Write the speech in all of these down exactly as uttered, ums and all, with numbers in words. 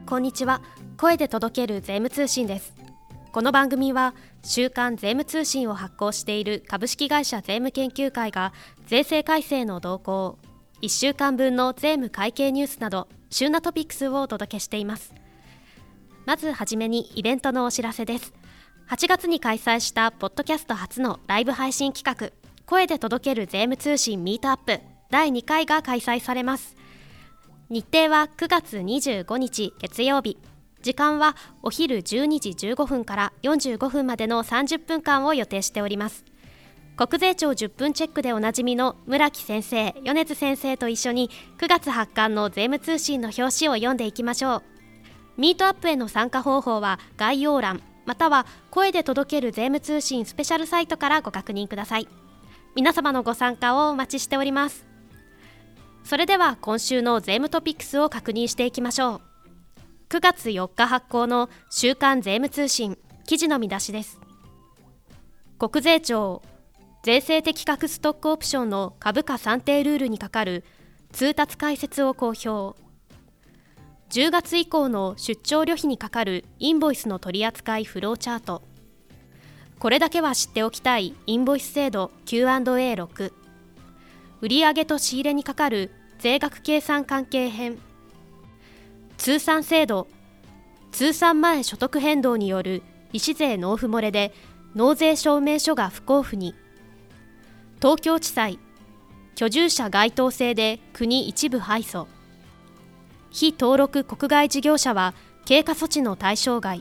こんにちは。声で届ける税務通信です。この番組は週刊税務通信を発行している株式会社税務研究会が税制改正の動向、いっしゅうかんぶんの税務会計ニュースなど旬なトピックスをお届けしています。まずはじめにイベントのお知らせです。はちがつに開催したポッドキャスト初のライブ配信企画、声で届ける税務通信ミートアップだいにかいが開催されます。日程はくがつにじゅうごにち月曜日、時間はお昼じゅうにじじゅうごふんからよんじゅうごふんまでのさんじゅっぷんかんを予定しております。国税庁じゅっぷんチェックでおなじみの村木先生、米津先生と一緒にくがつ発刊の税務通信の表紙を読んでいきましょう。ミートアップへの参加方法は概要欄または声で届ける税務通信スペシャルサイトからご確認ください。皆様のご参加をお待ちしております。それでは今週の税務トピックスを確認していきましょう。くがつよっか発行の週刊税務通信記事の見出しです。国税庁、税制的確ストックオプションの株価算定ルールに係る通達解説を公表。じゅうがつ以降の出張旅費に係るインボイスの取扱いフローチャート。これだけは知っておきたいインボイス制度 キューアンドエーろく。売上と仕入れに係る税額計算関係編。通算制度、通算前所得変動による利子税納付漏れで納税証明書が不交付に。東京地裁、居住者該当制で国一部敗訴。非登録国外事業者は経過措置の対象外。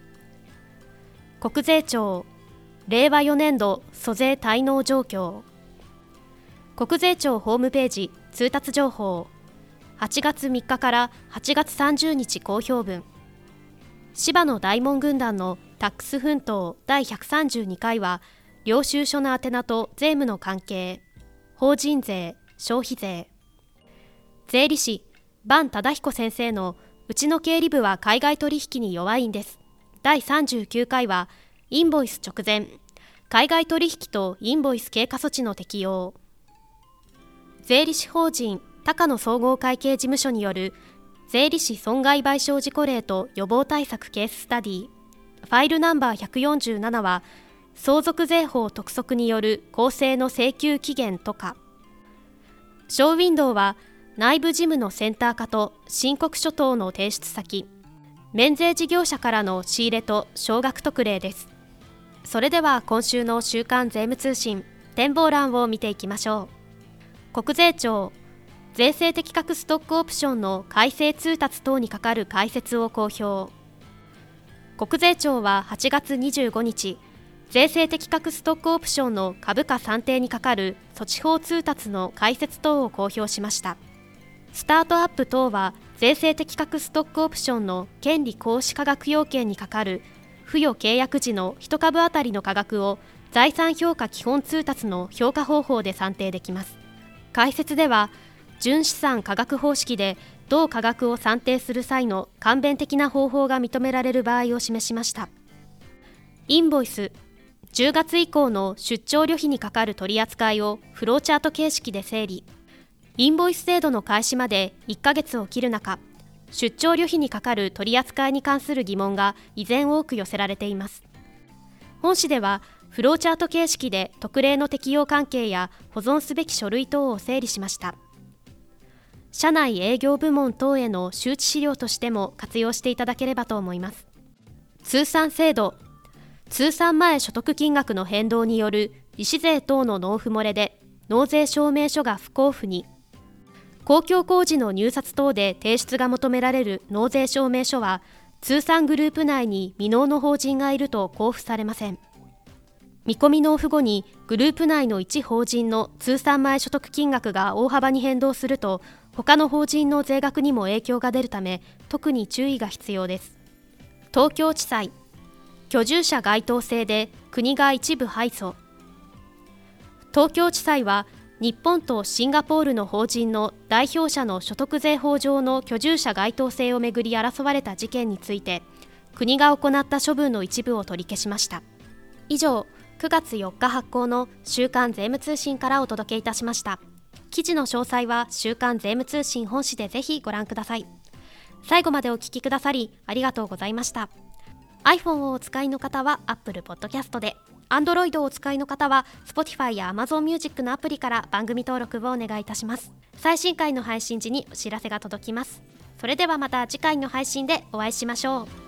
国税庁、れいわよねんど租税滞納状況。国税庁ホームページ通達情報、はちがつみっかからはちがつさんじゅうにち公表分。芝野大門軍団のタックス奮闘だいひゃくさんじゅうにかいは、領収書の宛名と税務の関係、法人税、消費税。税理士、伴忠彦先生のうちの経理部は海外取引に弱いんです。だいさんじゅうきゅうかいは、インボイス直前、海外取引とインボイス経過措置の適用。税理士法人高野総合会計事務所による税理士損害賠償事故例と予防対策ケーススタディ、ファイルナンバーひゃくよんじゅうななは、相続税法督促による公正の請求期限とか。ショーウィンドウは、内部事務のセンター化と申告書等の提出先、免税事業者からの仕入れと少額特例です。それでは今週の週刊税務通信展望欄を見ていきましょう。国税庁、税制的確ストックオプションの改正通達等に係る解説を公表。国税庁ははちがつにじゅうごにち、税制的確ストックオプションの株価算定に係る措置法通達の解説等を公表しました。スタートアップ等は税制的確ストックオプションの権利行使価格要件に係る付与契約時のいち株当たりの価格を財産評価基本通達の評価方法で算定できます。解説では、純資産価格方式で同価格を算定する際の簡便的な方法が認められる場合を示しました。インボイス、じゅうがつ以降の出張旅費に係る取り扱いをフローチャート形式で整理。インボイス制度の開始までいっかげつを切る中、出張旅費に係る取り扱いに関する疑問が依然多く寄せられています。本誌では、フローチャート形式で特例の適用関係や保存すべき書類等を整理しました。社内営業部門等への周知資料としても活用していただければと思います。通算制度、通算前所得金額の変動による利子税等の納付漏れで納税証明書が不交付に。公共工事の入札等で提出が求められる納税証明書は、通算グループ内に未納の法人がいると交付されません。見込み納付後にグループ内の一法人の通算前所得金額が大幅に変動すると、他の法人の税額にも影響が出るため、特に注意が必要です。東京地裁、居住者該当制で国が一部敗訴。東京地裁は、日本とシンガポールの法人の代表者の所得税法上の居住者該当制をめぐり争われた事件について、国が行った処分の一部を取り消しました。以上、くがつよっか発行の週刊税務通信からお届けいたしました。記事の詳細は週刊税務通信本誌でぜひご覧ください。 最後までお聞きくださりありがとうございました。 iPhone をお使いの方は Apple Podcast で、 Android をお使いの方は Spotify や Amazon Music のアプリから番組登録をお願いいたします。最新回の配信時にお知らせが届きます。それではまた次回の配信でお会いしましょう。